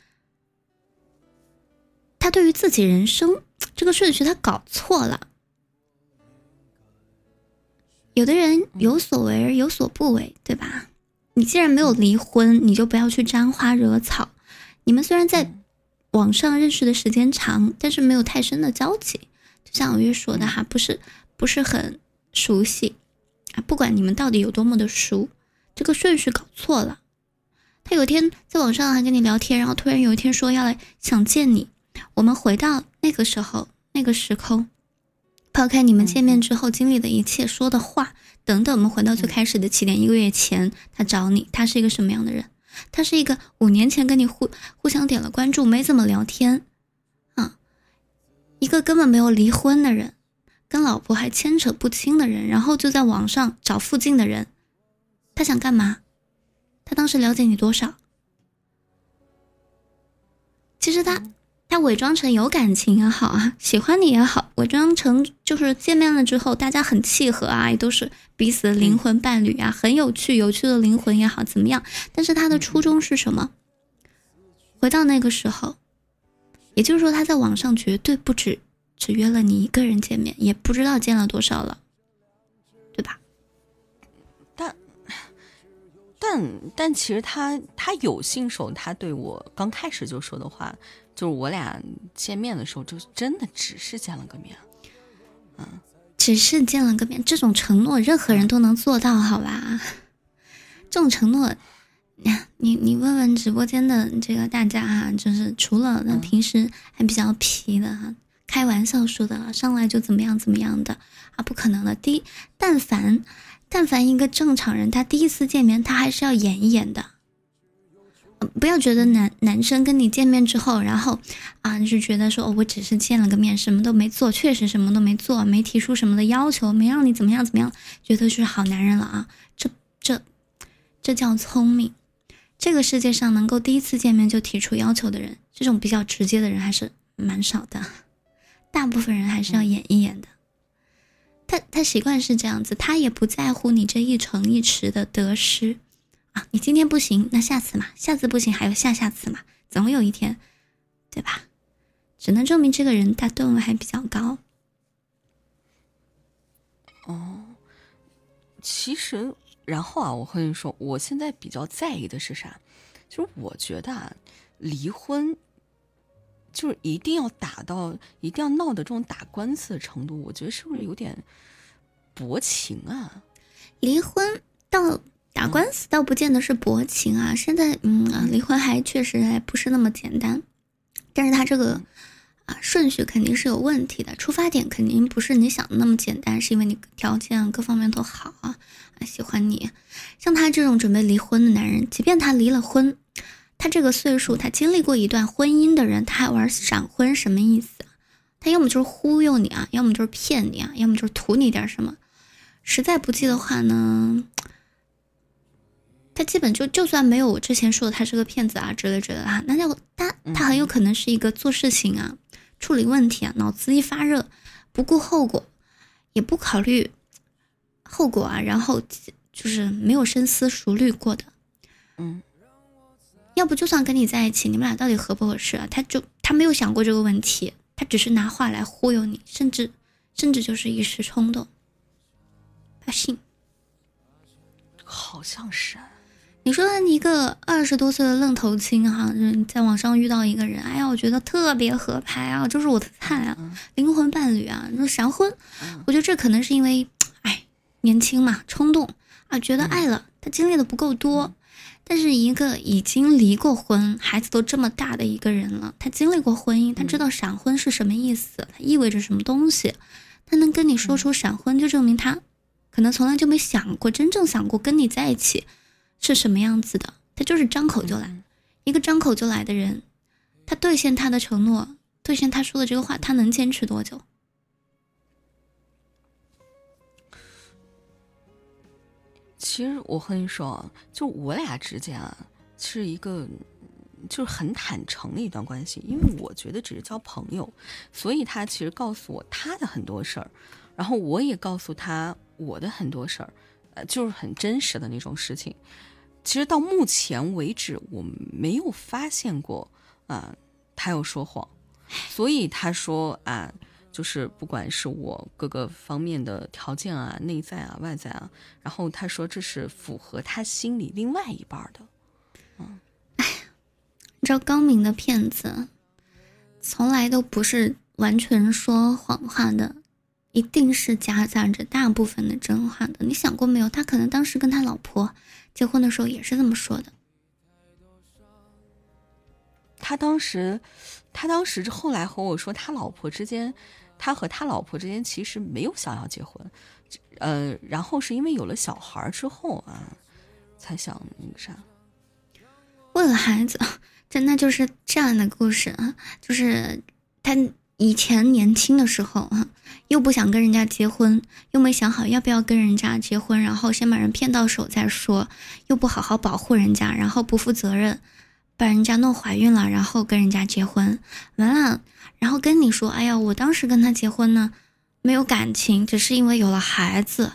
他对于自己人生这个顺序他搞错了。 有的人有所为而有所不为，对吧？你既然没有离婚，你就不要去沾花惹草。你们虽然在网上认识的时间长，但是没有太深的交集，就像我月说的哈，不是很熟悉啊。不管你们到底有多么的熟，这个顺序搞错了。他有一天在网上还跟你聊天，然后突然有一天说要来想见你，我们回到那个时候那个时空，抛开你们见面之后经历的一切，说的话等等，我们回到最开始的起点，1个月前他找你，他是一个什么样的人？他是一个5年前跟你互相点了关注，没怎么聊天啊，一个根本没有离婚的人，跟老婆还牵扯不清的人，然后就在网上找附近的人，他想干嘛？他当时了解你多少？其实他伪装成有感情也好啊，喜欢你也好，伪装成就是见面了之后大家很契合啊，也都是彼此的灵魂伴侣啊，很有趣的灵魂也好怎么样，但是他的初衷是什么？回到那个时候，也就是说他在网上绝对不只约了你一个人见面，也不知道见了多少了，对吧？ 但其实他有信守他对我刚开始就说的话，就是我俩见面的时候就真的只是见了个面， 只是见了个面，这种承诺任何人都能做到，好吧？这种承诺，你问问直播间的这个大家哈，就是除了那平时还比较皮的哈，开玩笑说的，上来就怎么样的啊，不可能的。但凡一个正常人，他第一次见面，他还是要演一演的。不要觉得男生跟你见面之后，然后啊，就觉得说我只是见了个面，什么都没做，确实什么都没做，没提出什么的要求，没让你怎么样，觉得就是好男人了啊。这叫聪明。这个世界上能够第一次见面就提出要求的人，这种比较直接的人还是蛮少的，大部分人还是要演一演的。他习惯是这样子，他也不在乎你这一城一池的得失啊。你今天不行，那下次嘛，下次不行还有下次嘛，总有一天，对吧？只能证明这个人他段位还比较高。 其实然后啊，我和你说，我现在比较在意的是啥？就是我觉得啊，离婚就是一定要闹的这种打官司的程度，我觉得是不是有点薄情啊？ 离婚到打官司倒不见得是薄情啊，现在离婚还确实还不是那么简单，但是他这个顺序肯定是有问题的，出发点肯定不是你想的那么简单，是因为你条件各方面都好啊，喜欢你。像他这种准备离婚的男人，即便他离了婚，他这个岁数，他经历过一段婚姻的人，他还玩闪婚，什么意思？他要么就是忽悠你啊，要么就是骗你啊，要么就是图你点什么。实在不济的话呢，他基本就算没有我之前说的他是个骗子啊之类的啊，那他很有可能是一个做事情啊，处理问题啊，脑子一发热，不顾后果，也不考虑后果啊，然后就是没有深思熟虑过的。要不就算跟你在一起，你们俩到底合不合适啊？他没有想过这个问题，他只是拿话来忽悠你，甚至就是一时冲动，他信。 好像是你说你一个20多岁的愣头青哈，在网上遇到一个人，哎呀，我觉得特别合拍啊，就是我的菜啊，灵魂伴侣啊，说闪婚，我觉得这可能是因为，年轻嘛，冲动啊，觉得爱了，他经历的不够多。但是一个已经离过婚，孩子都这么大的一个人了，他经历过婚姻，他知道闪婚是什么意思，它意味着什么东西，他能跟你说出闪婚，就证明他可能从来就没真正想过跟你在一起是什么样子的，他就是张口就来。一个张口就来的人，他兑现他的承诺，兑现他说的这个话，他能坚持多久？ 其实我和你说，就我俩之间啊，是一个就是很坦诚的一段关系，因为我觉得只是交朋友，所以他其实告诉我他的很多事儿，然后我也告诉他我的很多事儿，就是很真实的那种事情。其实到目前为止，我没有发现过他有说谎，所以他说就是不管是我各个方面的条件啊、内在啊、外在啊，然后他说这是符合他心里另外一半的。 你知道高明的骗子从来都不是完全说谎话的，一定是夹杂着大部分的真话的。你想过没有，他可能当时跟他老婆结婚的时候也是这么说的。 他当时后来和我说，他和他老婆之间其实没有想要结婚，然后是因为有了小孩之后啊，才想那个啥。 为了孩子，真的就是这样的故事啊，就是他以前年轻的时候啊，又不想跟人家结婚，又没想好要不要跟人家结婚，然后先把人骗到手再说，又不好好保护人家，然后不负责任，把人家弄怀孕了，然后跟人家结婚，完了，然后跟你说，哎呀，我当时跟他结婚呢，没有感情，只是因为有了孩子。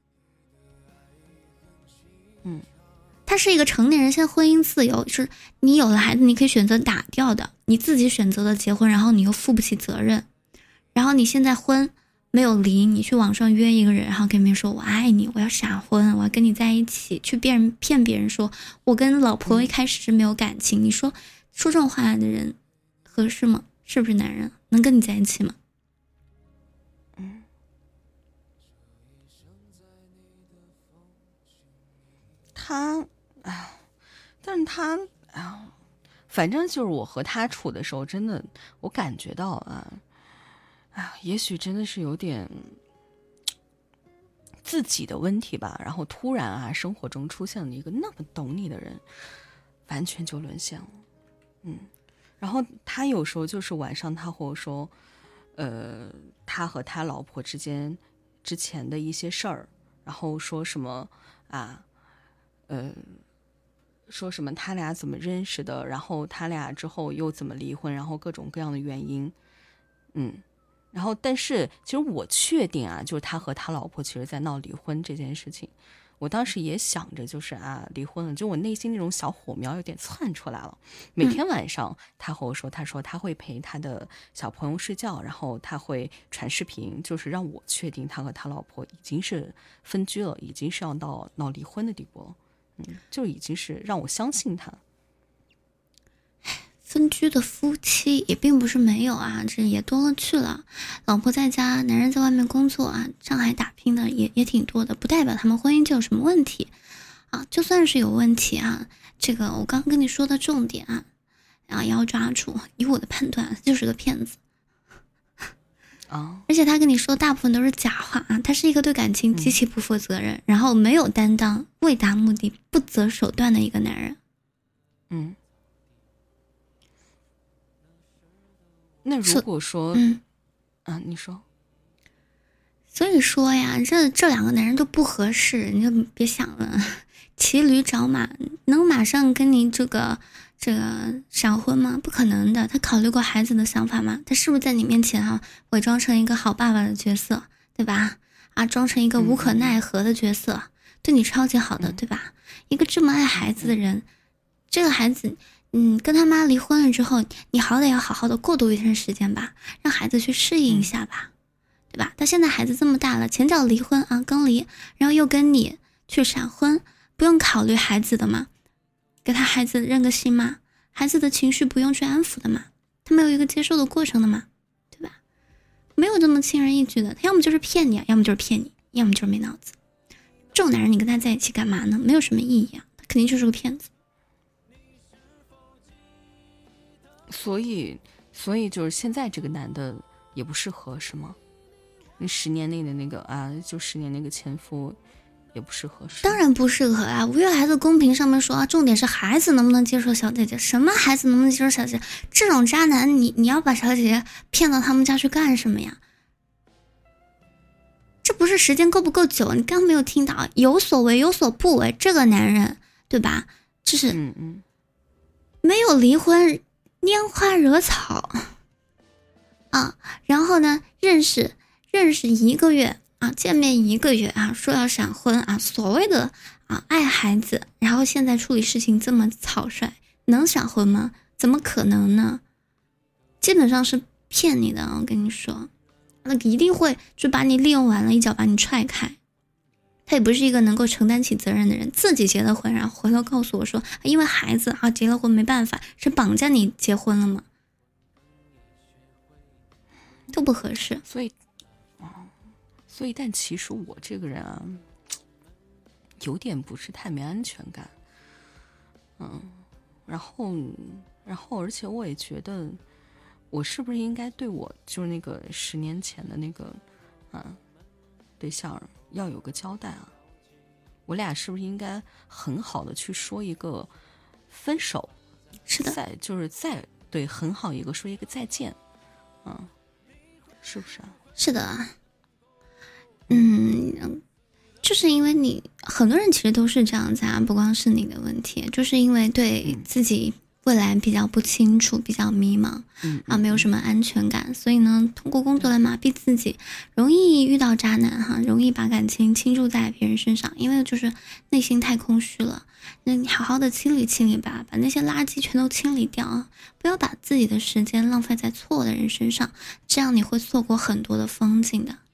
他是一个成年人，现在婚姻自由，就是你有了孩子，你可以选择打掉的，你自己选择了结婚，然后你又负不起责任，然后你现在婚没有离，你去网上约一个人，然后跟别人说我爱你，我要闪婚，我要跟你在一起，去骗别人说我跟老婆一开始是没有感情，你说这种话的人合适吗？是不是男人能跟你在一起吗？ 但是他反正就是我和他处的时候，真的我感觉到也许真的是有点自己的问题吧，然后突然生活中出现了一个那么懂你的人，完全就沦陷了。然后他有时候就是晚上他和我说他和他老婆之前的一些事儿，然后说什么说什么他俩怎么认识的，然后他俩之后又怎么离婚，然后各种各样的原因。然后但是其实我确定就是他和他老婆其实在闹离婚这件事情，我当时也想着就是离婚了，就我内心那种小火苗有点窜出来了。每天晚上他和我说，他说他会陪他的小朋友睡觉，然后他会传视频，就是让我确定他和他老婆已经是分居了，已经是要到闹离婚的地步了。就已经是让我相信他。 分居的夫妻也并不是没有这也多了去了。老婆在家，男人在外面工作上海打拼的也挺多的，不代表他们婚姻就有什么问题就算是有问题这个我刚跟你说的重点也要抓住。以我的判断，就是个骗子而且他跟你说大部分都是假话他是一个对感情极其不负责任，然后没有担当、为达目的不择手段的一个男人。 那如果说你说， 所以说呀，这两个男人都不合适，你就别想了。骑驴找马，能马上跟你这个闪婚吗？不可能的。他考虑过孩子的想法吗？他是不是在你面前伪装成一个好爸爸的角色，对吧？装成一个无可奈何的角色，对你超级好的，对吧？一个这么爱孩子的人，这个孩子跟他妈离婚了之后，你好歹要好好的过渡一段时间吧，让孩子去适应一下吧，对吧？他现在孩子这么大了，前脚离婚刚离，然后又跟你去闪婚，不用考虑孩子的吗？给他孩子认个心吗？孩子的情绪不用去安抚的吗？他没有一个接受的过程的吗？对吧？没有这么轻而易举的，他要么就是骗你要么就是骗你，要么就是没脑子。这种男人你跟他在一起干嘛呢？没有什么意义他肯定就是个骗子。 所以就是现在这个男的也不适合是吗？你10年内的那个就10年那个前夫也不适合是吗？ 当然不适合五月孩子公屏上面说重点是孩子能不能接受小姐姐，什么孩子能不能接受小姐姐？这种渣男你要把小姐姐骗到他们家去干什么呀？这不是时间够不够久？你刚没有听到有所为有所不为，这个男人对吧？就是没有离婚，拈花惹草然后呢认识1个月见面1个月说要闪婚所谓的爱孩子，然后现在处理事情这么草率，能闪婚吗？怎么可能呢？基本上是骗你的我跟你说。 那一定会就把你利用完了，一脚把你踹开。他也不是一个能够承担起责任的人，自己结了婚，然后回头告诉我说，因为孩子啊结了婚没办法，是绑架你结婚了吗？都不合适。 所以但其实我这个人啊，有点不是太没安全感。然后而且我也觉得，我是不是应该对我就是那个10年前的那个对象要有个交代啊？我俩是不是应该很好的去说一个分手？ 是的， 再对很好一个说一个再见，是不是啊？ 是的，就是因为你很多人其实都是这样子啊，不光是你的问题，就是因为对自己未来比较不清楚，比较迷茫，没有什么安全感，所以呢，通过工作来麻痹自己，容易遇到渣男哈，容易把感情倾注在别人身上，因为就是内心太空虚了。那你好好的清理清理吧，把那些垃圾全都清理掉啊！不要把自己的时间浪费在错的人身上，这样你会错过很多的风景的。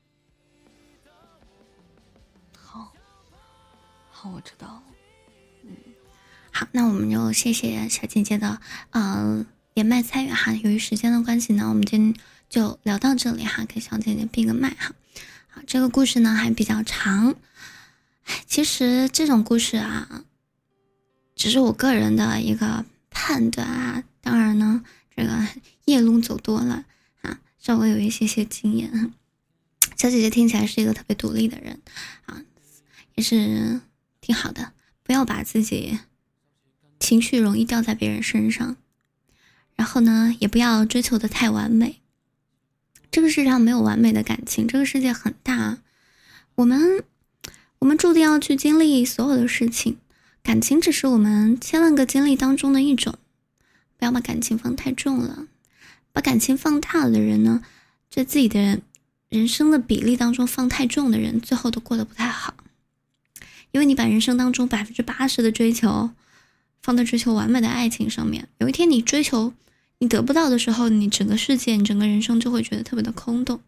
好，我知道了。 好，那我们就谢谢小姐姐的连麦参与哈。由于时间的关系呢，我们今天就聊到这里哈，给小姐姐闭个麦哈。好，这个故事呢还比较长，其实这种故事啊，只是我个人的一个判断啊。当然呢，这个夜路走多了啊，稍微有一些经验。小姐姐听起来是一个特别独立的人啊，也是挺好的。不要把自己情绪容易掉在别人身上，然后呢，也不要追求的太完美。这个世上没有完美的感情，这个世界很大，我们注定要去经历所有的事情，感情只是我们千万个经历当中的一种。不要把感情放太重了，把感情放大了的人呢，在自己的人生的比例当中放太重的人，最后都过得不太好。因为你把人生当中80%的追求放在追求完美的爱情上面，有一天你追求你得不到的时候，你整个世界你整个人生就会觉得特别的空洞。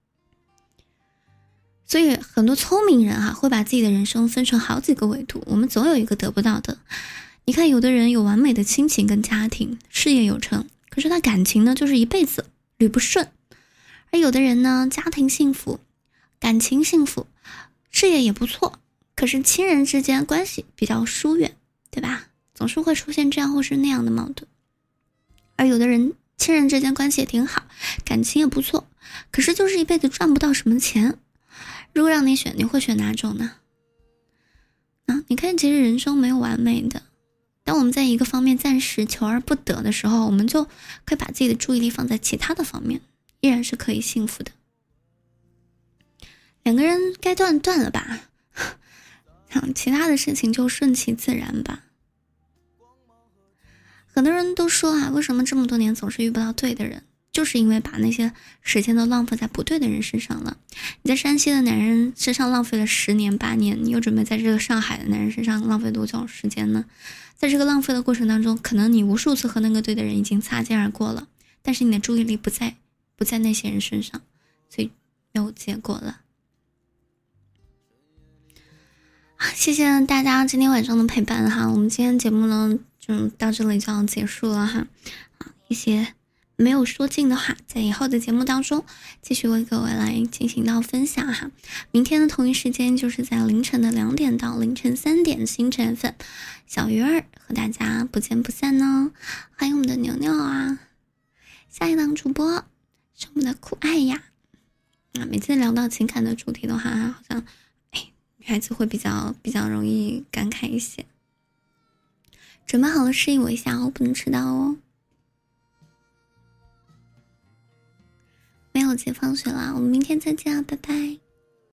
所以很多聪明人会把自己的人生分成好几个维度，我们总有一个得不到的。你看有的人有完美的亲情跟家庭，事业有成，可是他感情呢就是一辈子捋不顺。而有的人呢，家庭幸福，感情幸福，事业也不错，可是亲人之间关系比较疏远，对吧？总是会出现这样或是那样的矛盾。而有的人亲人之间关系也挺好，感情也不错，可是就是一辈子赚不到什么钱。如果让你选，你会选哪种呢？你看其实人生没有完美的，当我们在一个方面暂时求而不得的时候，我们就可以把自己的注意力放在其他的方面，依然是可以幸福的。两个人该断了吧，其他的事情就顺其自然吧。很多人都说为什么这么多年总是遇不到对的人，就是因为把那些时间都浪费在不对的人身上了。你在山西的男人身上浪费了10年8年，你又准备在这个上海的男人身上浪费多久时间呢？在这个浪费的过程当中，可能你无数次和那个对的人已经擦肩而过了，但是你的注意力不在那些人身上，所以没有结果了。谢谢大家今天晚上的陪伴哈，我们今天节目呢就到这里就要结束了哈。一些没有说尽的话，在以后的节目当中继续为各位来进行到分享哈。明天的同一时间就是在凌晨的2点到凌晨3点，星辰粉小鱼儿和大家不见不散呢。欢迎我们的牛牛啊，下一档主播是我们的酷爱呀。每次聊到情感的主题的话，好像女孩子会比较容易感慨一些。准备好了示意我一下哦，不能迟到哦。没有接放学啦，我们明天再见啊，拜拜。